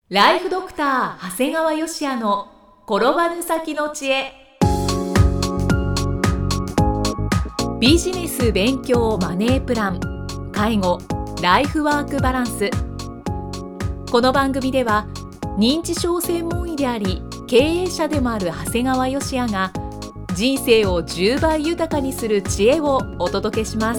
ライフドクター長谷川芳也の転ばぬ先の知恵。ビジネス勉強マネープラン、介護、ライフワークバランス。この番組では認知症専門医であり経営者でもある長谷川芳也が人生を10倍豊かにする知恵をお届けします。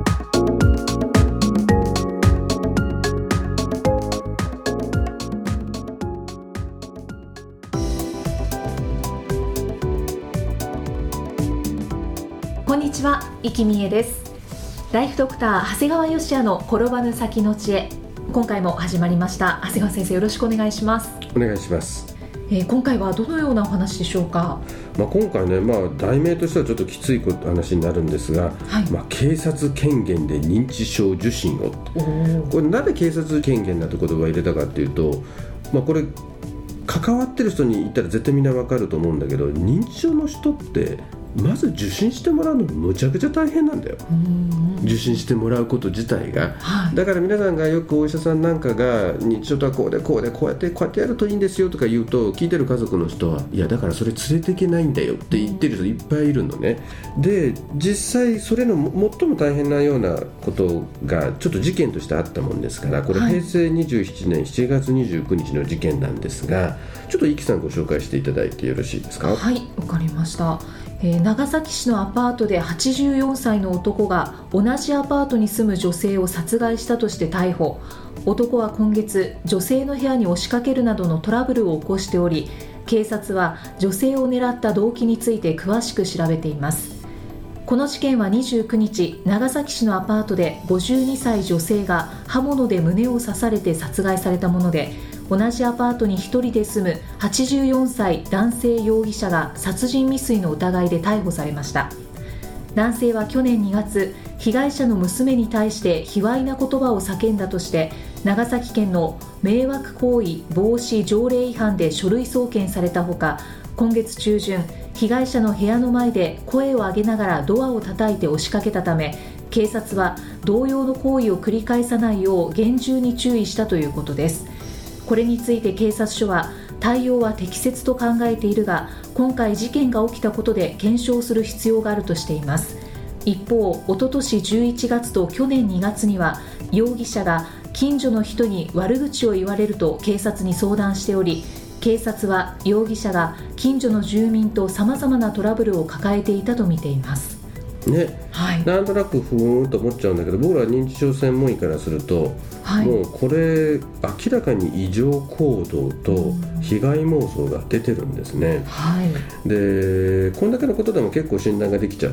こんにちは、生きみえです。ライフドクター長谷川芳也の転ばぬ先の知恵、今回も始まりました。長谷川先生、よろしくお願いします。 お願いします。 今回はどのようなお話でしょうか。 今回ね、題名としてはちょっときつい話になるんですが、警察権限で認知症受診を。これなぜ警察権限だという言葉を入れたかというと、これ関わってる人に言ったら絶対みんな分かると思うんだけど、認知症の人ってまず受診してもらうのむちゃくちゃ大変なんだよ。受診してもらうこと自体が、だから皆さんがよくお医者さんなんかが認知症とはこうでこうでこうやってやるといいんですよとか言うと、聞いてる家族の人は、いやだからそれ連れていけないんだよって言ってる人いっぱいいるのね。で実際それの最も大変なようなことがちょっと事件としてあったもんですから、これ平成27年7月29日の事件なんですが、ちょっとイキさんご紹介していただいてよろしいですか。 はい、わかりました。長崎市のアパートで84歳の男が同じアパートに住む女性を殺害したとして逮捕。男は今月、女性の部屋に押しかけるなどのトラブルを起こしており、警察は女性を狙った動機について詳しく調べています。この事件は29日、長崎市のアパートで52歳女性が刃物で胸を刺されて殺害されたもので、同じアパートに一人で住む84歳男性容疑者が殺人未遂の疑いで逮捕されました。男性は去年2月、被害者の娘に対して卑猥な言葉を叫んだとして、長崎県の迷惑行為防止条例違反で書類送検されたほか、今月中旬、被害者の部屋の前で声を上げながらドアを叩いて押しかけたため、警察は同様の行為を繰り返さないよう厳重に注意したということです。これについて警察署は、対応は適切と考えているが、今回事件が起きたことで検証する必要があるとしています。一方、おととし11月と去年2月には、容疑者が近所の人に悪口を言われると警察に相談しており、警察は容疑者が近所の住民とさまざまなトラブルを抱えていたとみていますなんとなくふーんと思っちゃうんだけど、僕ら認知症専門医からすると、もうこれ明らかに異常行動と被害妄想が出てるんですね。でこんだけのことでも結構診断ができちゃって、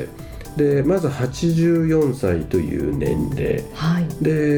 でまず84歳という年齢、で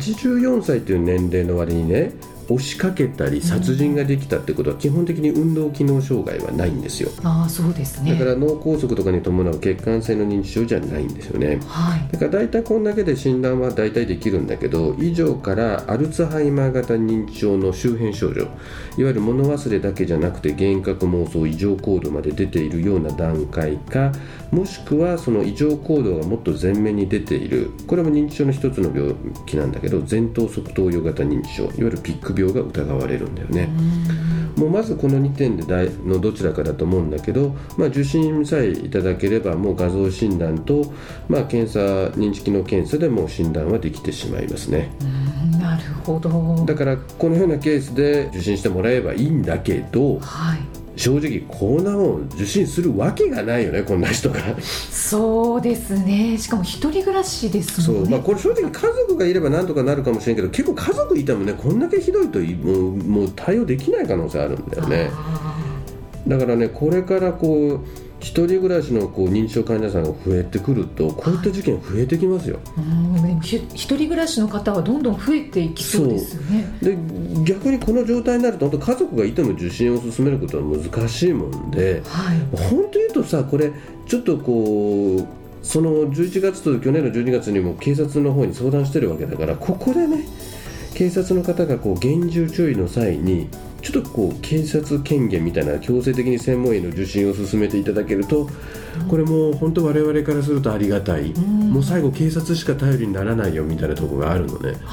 84歳という年齢の割にね、押しかけたり殺人ができたってことは基本的に運動機能障害はないんですよ。 そうですね。 だから脳梗塞とかに伴う血管性の認知症じゃないんですよね。だから大体こんだけで診断は大体できるんだけど、以上からアルツハイマー型認知症の周辺症状、いわゆる物忘れだけじゃなくて幻覚妄想、異常行動まで出ているような段階か、もしくはその異常行動がもっと前面に出ている、これも認知症の一つの病気なんだけど、前頭側頭葉型認知症、いわゆるピック病が疑われるんだよね。もうまずこの2点でのどちらかだと思うんだけど、受診さえいただければもう画像診断と、検査、認知機能検査でもう診断はできてしまいますね。 なるほど。 だからこのようなケースで受診してもらえばいいんだけど、正直こんなもん受診するわけがないよね、こんな人が。 そうですね。しかも一人暮らしですもんね。 これ正直家族がいればなんとかなるかもしれんけど、結構家族いてもね、こんだけひどいともう対応できない可能性あるんだよね。だからね、これから一人暮らしの認知症患者さんが増えてくると、こういった事件増えてきますよ。 一人暮らしの方はどんどん増えていきそうですよね。 で逆にこの状態になると、本当家族がいても受診を進めることは難しいもんで、本当言うとさ、これちょっとその11月と去年の12月にも警察の方に相談してるわけだから、ここでね、警察の方が厳重注意の際にちょっと警察権限みたいな強制的に専門医の受診を進めていただけると、これもう本当我々からするとありがたい、もう最後警察しか頼りにならないよみたいなところがあるのね。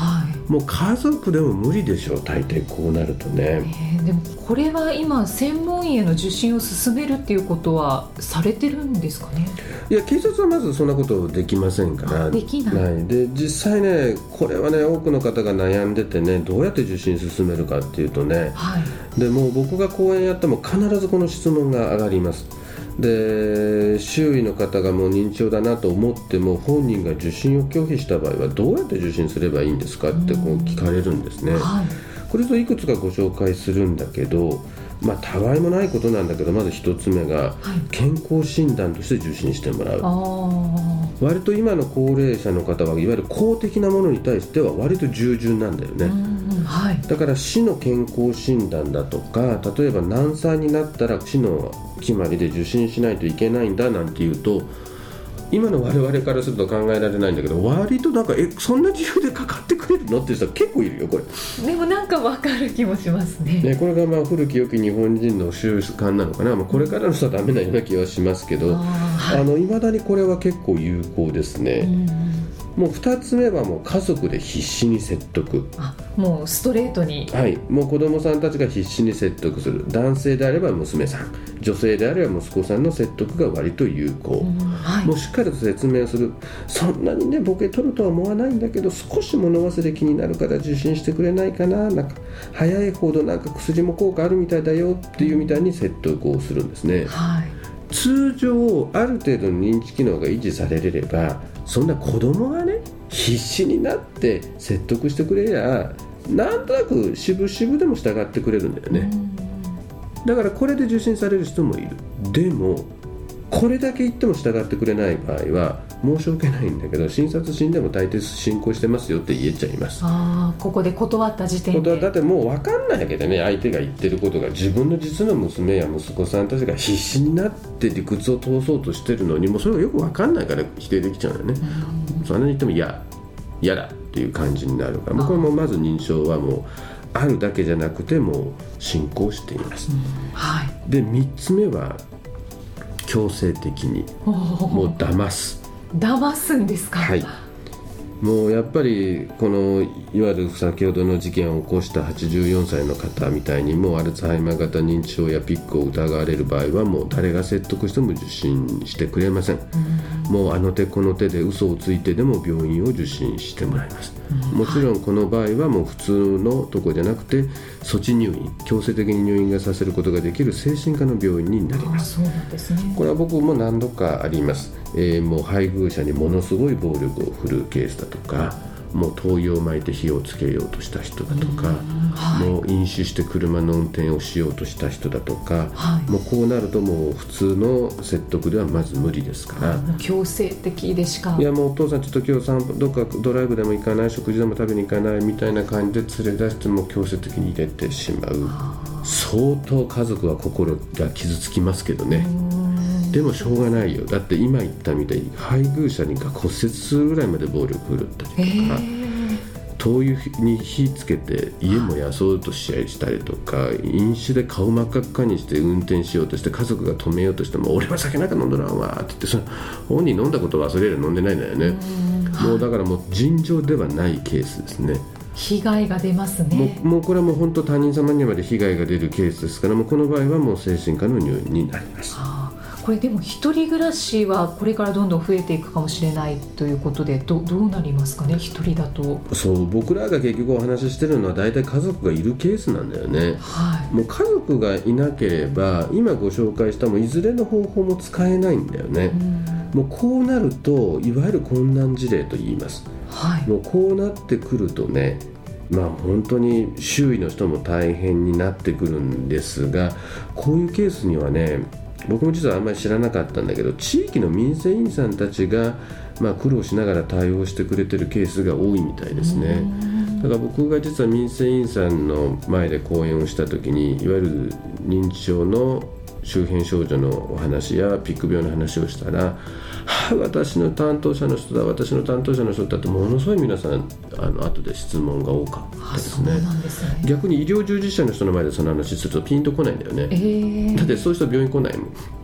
もう家族でも無理でしょう、大抵こうなるとね。 でもこれは今専門医への受診を勧めるっていうことはされてるんですかね。 いや、警察はまずそんなことできませんから。 できない。 で実際ね、これはね、多くの方が悩んでてね、どうやって受診進めるかっていうとね、でもう僕が講演やっても必ずこの質問が上がります。で周囲の方がもう認知症だなと思っても本人が受診を拒否した場合はどうやって受診すればいいんですかってこう聞かれるんですね。これといくつかご紹介するんだけど、たわいもないことなんだけど、まず一つ目が健康診断として受診してもらう。割と今の高齢者の方はいわゆる公的なものに対しては割と従順なんだよね。だから市の健康診断だとか、例えば何歳になったら市の決まりで受診しないといけないんだなんていうと、今の我々からすると考えられないんだけど、割となんかそんな自由でかかってくれるのっていう人は結構いるよこれ。 でもなんか分かる気もしますね。 これが古き良き日本人の習慣なのかな、これからの人はダメなような気はしますけど、未だにこれは結構有効ですね。もう2つ目はもう家族で必死に説得。 もうストレートに。 もう子供さんたちが必死に説得する。男性であれば娘さん、女性であれば息子さんの説得が割と有効。もうしっかりと説明する。そんなにねボケ取るとは思わないんだけど、少し物忘れ気になるから受診してくれないかな、なんか早いほどなんか薬も効果あるみたいだよっていうみたいに説得をするんですね。通常ある程度の認知機能が維持されれば、そんな子供がね必死になって説得してくれりゃなんとなく渋々でも従ってくれるんだよね。だからこれで受診される人もいる。でもこれだけ言っても従ってくれない場合は申し訳ないんだけど、診察診でも大抵進行してますよって言えちゃいます。 ここで断った時点で。 だってもう分かんないわけでね、相手が言ってることが自分の実の娘や息子さんたちが必死になって理屈を通そうとしてるのに、もうそれがよく分かんないから否定できちゃうんだよね。そんなに言っても嫌だっていう感じになるから、これもまず認知症はもうあるだけじゃなくてもう進行しています。で3つ目は強制的にもう騙すんですか。 もうやっぱりこのいわゆる先ほどの事件を起こした84歳の方みたいに、もうアルツハイマー型認知症やピックを疑われる場合はもう誰が説得しても受診してくれません。もうあの手この手で嘘をついてでも病院を受診してもらいます。もちろんこの場合はもう普通のとこじゃなくて措置入院、強制的に入院がさせることができる精神科の病院になります。 そうなんですね。 これは僕も何度かあります。もう配偶者にものすごい暴力を振るうケースだとか、もう灯油を撒いて火をつけようとした人だとか、もう飲酒して車の運転をしようとした人だとか、もうこうなるともう普通の説得ではまず無理ですから、 強制的でしか。 いやもうお父さんちょっと今日どっかドライブでも行かない、食事でも食べに行かないみたいな感じで連れ出しても強制的に入れてしまう。相当家族は心が傷つきますけどね。でもしょうがないよ。だって今言ったみたいに配偶者が骨折するぐらいまで暴力振るったりとか、灯油に火つけて家もやそうとしたりとか、飲酒で顔真っ赤っかにして運転しようとして家族が止めようとしても、俺は酒なんか飲んどらんわって言って、その本人飲んだこと忘れる、飲んでないんだよね。もうだからもう尋常ではないケースですね。 被害が出ますね。 もうこれはもう本当他人様にまで被害が出るケースですから、もうこの場合はもう精神科の入院になります。 これでも一人暮らしはこれからどんどん増えていくかもしれないということで、どうなりますかね、一人だと。 そう僕らが結局お話ししてるのは大体家族がいるケースなんだよね。もう家族がいなければ今ご紹介したもいずれの方法も使えないんだよね。もうこうなるといわゆる困難事例と言います。もうこうなってくるとね、本当に周囲の人も大変になってくるんですが、こういうケースにはね、僕も実はあんまり知らなかったんだけど、地域の民生委員さんたちが、苦労しながら対応してくれてるケースが多いみたいですね。だから僕が実は民生委員さんの前で講演をした時に、いわゆる認知症の周辺症状のお話やピック病の話をしたら、私の担当者の人だってものすごい皆さん後で質問が多かったですね。逆に医療従事者の人の前でその話するとピンとこないんだよね。だってそういう人病院来ないもん。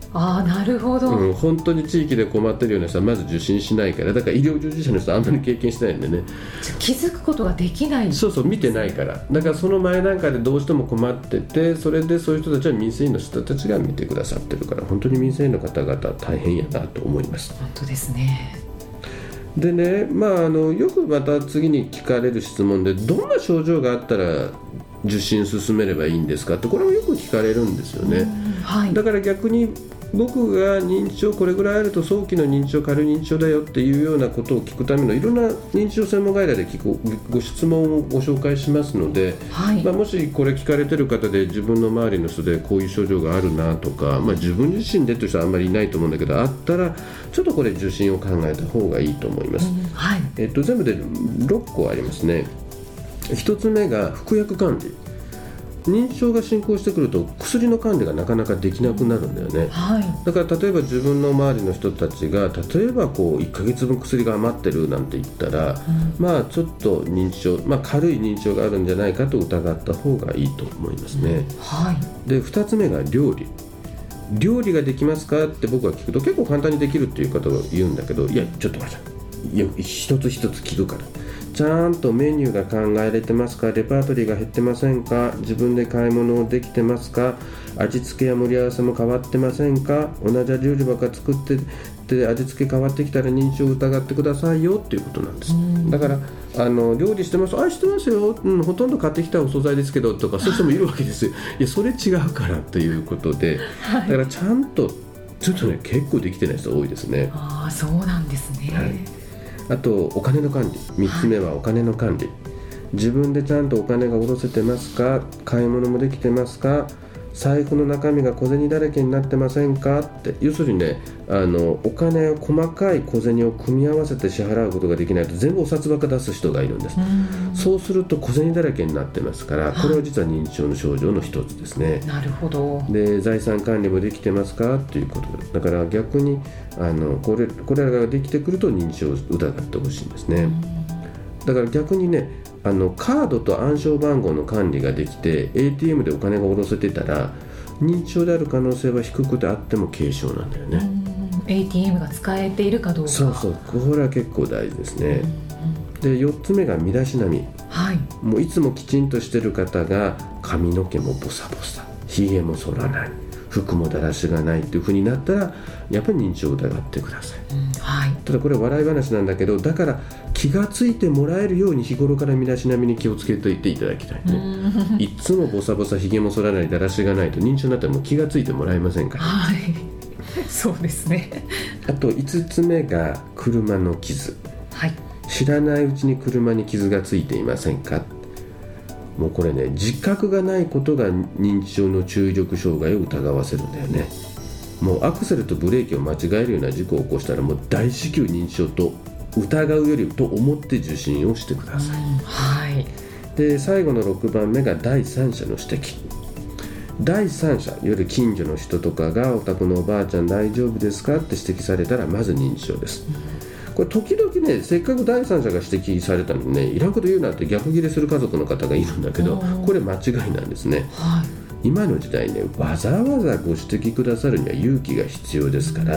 なるほど、 本当に地域で困ってるような人はまず受診しないから、だから医療従事者の人はあんまり経験してないんでね、 じゃ気づくことができない、 そう見てないから、だからその前段階でどうしても困ってて、それでそういう人たちは民生委員の人たちが見てくださってるから、本当に民生委員の方々大変やなと思います。 本当ですね。 でね、よくまた次に聞かれる質問で、どんな症状があったら受診進めればいいんですかって、これもよく聞かれるんですよね、だから逆に僕が認知症これぐらいあると早期の認知症、軽い認知症だよっていうようなことを聞くためのいろんな認知症専門外来でご質問をご紹介しますので、もしこれ聞かれてる方で自分の周りの人でこういう症状があるなとか、自分自身でという人はあんまりいないと思うんだけど、あったらちょっとこれ受診を考えた方がいいと思います、全部で6個ありますね。1つ目が服薬管理。認知症が進行してくると薬の管理がなかなかできなくなるんだよね、だから例えば自分の周りの人たちが例えば1ヶ月分薬が余ってるなんて言ったら、ちょっと認知症、軽い認知症があるんじゃないかと疑った方がいいと思いますね、で2つ目が料理ができますかって僕は聞くと結構簡単にできるっていう方が言うんだけど、いやちょっと待って、一つ一つ聞くから、ちゃんとメニューが考えられてますか、レパートリーが減ってませんか、自分で買い物をできてますか、味付けや盛り合わせも変わってませんか、同じ料理ばっか作ってて味付け変わってきたら認知症を疑ってくださいよっていうことなんです。だから料理してます、してますよ、ほとんど買ってきたお惣菜ですけどとか、そういう人もいるわけですよ。いやそれ違うからということで、だからちゃんとちょっとね結構できてない人多いですね。 そうなんですね、 あとお金の管理。3つ目はお金の管理、自分でちゃんとお金が下ろせてますか、買い物もできてますか、財布の中身が小銭だらけになってませんかって、要するにねお金を細かい小銭を組み合わせて支払うことができないと全部お札ばっか出す人がいるんです。そうすると小銭だらけになってますから、これは実は認知症の症状の一つですね。 なるほど。 で財産管理もできてますかということだから、逆にこれらができてくると認知症を疑ってほしいんですね。だから逆にねカードと暗証番号の管理ができて ATM でお金が下ろせてたら認知症である可能性は低くてあっても軽症なんだよね。 ATM が使えているかどうか。 これは結構大事ですね。で4つ目が身だしなみ、もういつもきちんとしてる方が髪の毛もボサボサ、ひげも剃らない、服もだらしがないという風になったらやっぱり認知症を疑ってください、ただこれ笑い話なんだけど、だから気がついてもらえるように日頃から身だしなみに気をつけておいていただきたいね。いつもボサボサ、ひげも剃らない、だらしがないと認知症になったらもう気がついてもらえませんから、 そうですね。 あと5つ目が車の傷、知らないうちに車に傷がついていませんか。もうこれね、自覚がないことが認知症の注意力障害を疑わせるんだよね。もうアクセルとブレーキを間違えるような事故を起こしたらもう大至急認知症と疑うよりと思って受診をしてください、で最後の6番目が第三者の指摘。第三者、いわゆる近所の人とかがお宅のおばあちゃん大丈夫ですかって指摘されたらまず認知症です、これ時々ね、せっかく第三者が指摘されたのにね、いらんこと言うなって逆ギレする家族の方がいるんだけど、これ間違いなんですね、今の時代ね、わざわざご指摘くださるには勇気が必要ですから、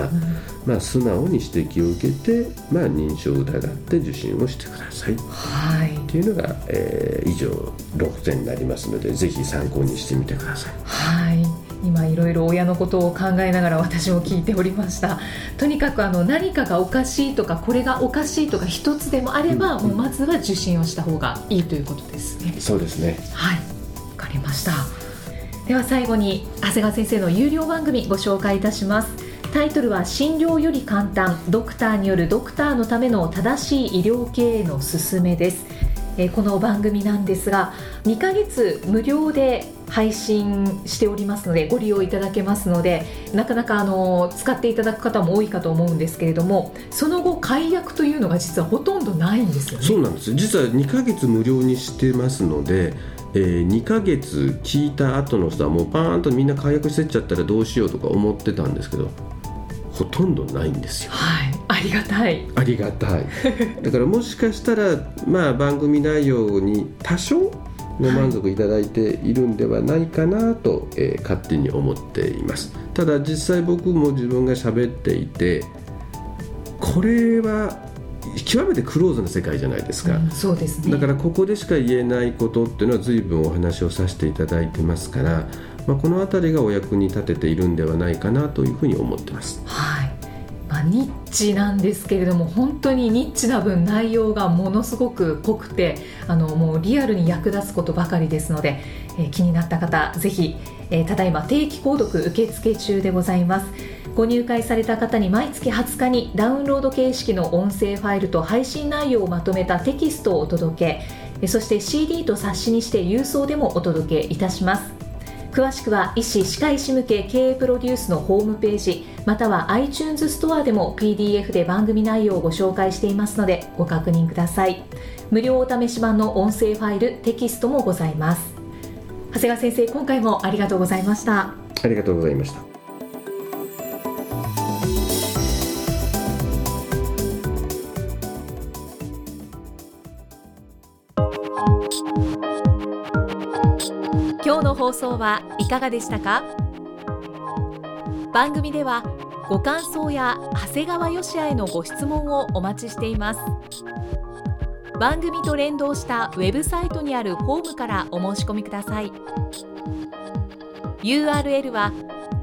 素直に指摘を受けて、認知症を疑って受診をしてください、っていうのが、以上6点になりますので、ぜひ参考にしてみてください。 今いろいろ親のことを考えながら私も聞いておりました。とにかく何かがおかしいとかこれがおかしいとか一つでもあれば、もうまずは受診をした方がいいということですね。 そうですね。 わかりました。では最後に長谷川先生の有料番組ご紹介いたします。タイトルは診療より簡単、ドクターによるドクターのための正しい医療経営の勧めです。この番組なんですが2ヶ月無料で配信しておりますのでご利用いただけますので、なかなか使っていただく方も多いかと思うんですけれども、その後解約というのが実はほとんどないんですよね。 そうなんです。実は2ヶ月無料にしてますので、2ヶ月聞いた後の人はもうパーンとみんな解約してっちゃったらどうしようとか思ってたんですけど、ほとんどないんですよ。 ありがたい。 ありがたい。だからもしかしたら、番組内容に多少の満足いただいているんではないかなと、勝手に思っています。ただ実際僕も自分が喋っていて、これは極めてクローズな世界じゃないですか、 そうですね。 だからここでしか言えないことっていうのは随分お話をさせていただいてますから、このあたりがお役に立てているんではないかなというふうに思ってます。 はい。ニッチなんですけれども、本当にニッチな分内容がものすごく濃くて、もうリアルに役立つことばかりですので、気になった方ぜひ、ただいま定期購読受付中でございます。ご入会された方に毎月20日にダウンロード形式の音声ファイルと配信内容をまとめたテキストをお届け、そして CD と冊子にして郵送でもお届けいたします。詳しくは医師・歯科医師向け経営プロデュースのホームページ、または iTunes ストアでも PDF で番組内容をご紹介していますのでご確認ください。無料お試し版の音声ファイル、テキストもございます。長谷川先生、今回もありがとうございました。 ありがとうございました。 今日の放送はいかがでしたか？番組ではご感想や長谷川芳也へのご質問をお待ちしています。番組と連動したウェブサイトにあるホームからお申し込みください。 URL は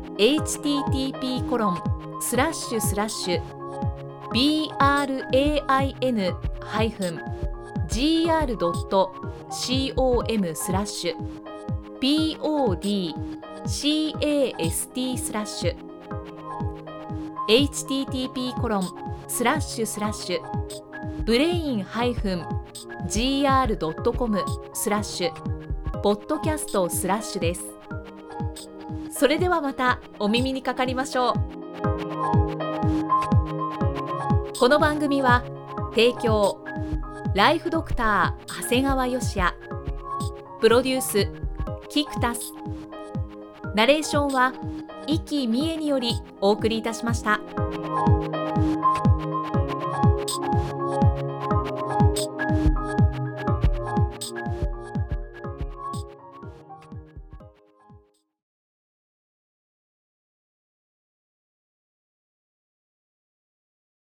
http://brain-brain.com/podcast/ です。それではまたお耳にかかりましょう。この番組は提供ライフドクター長谷川芳也、プロデュースキクタス、ナレーションは生きみえによりお送りいたしました。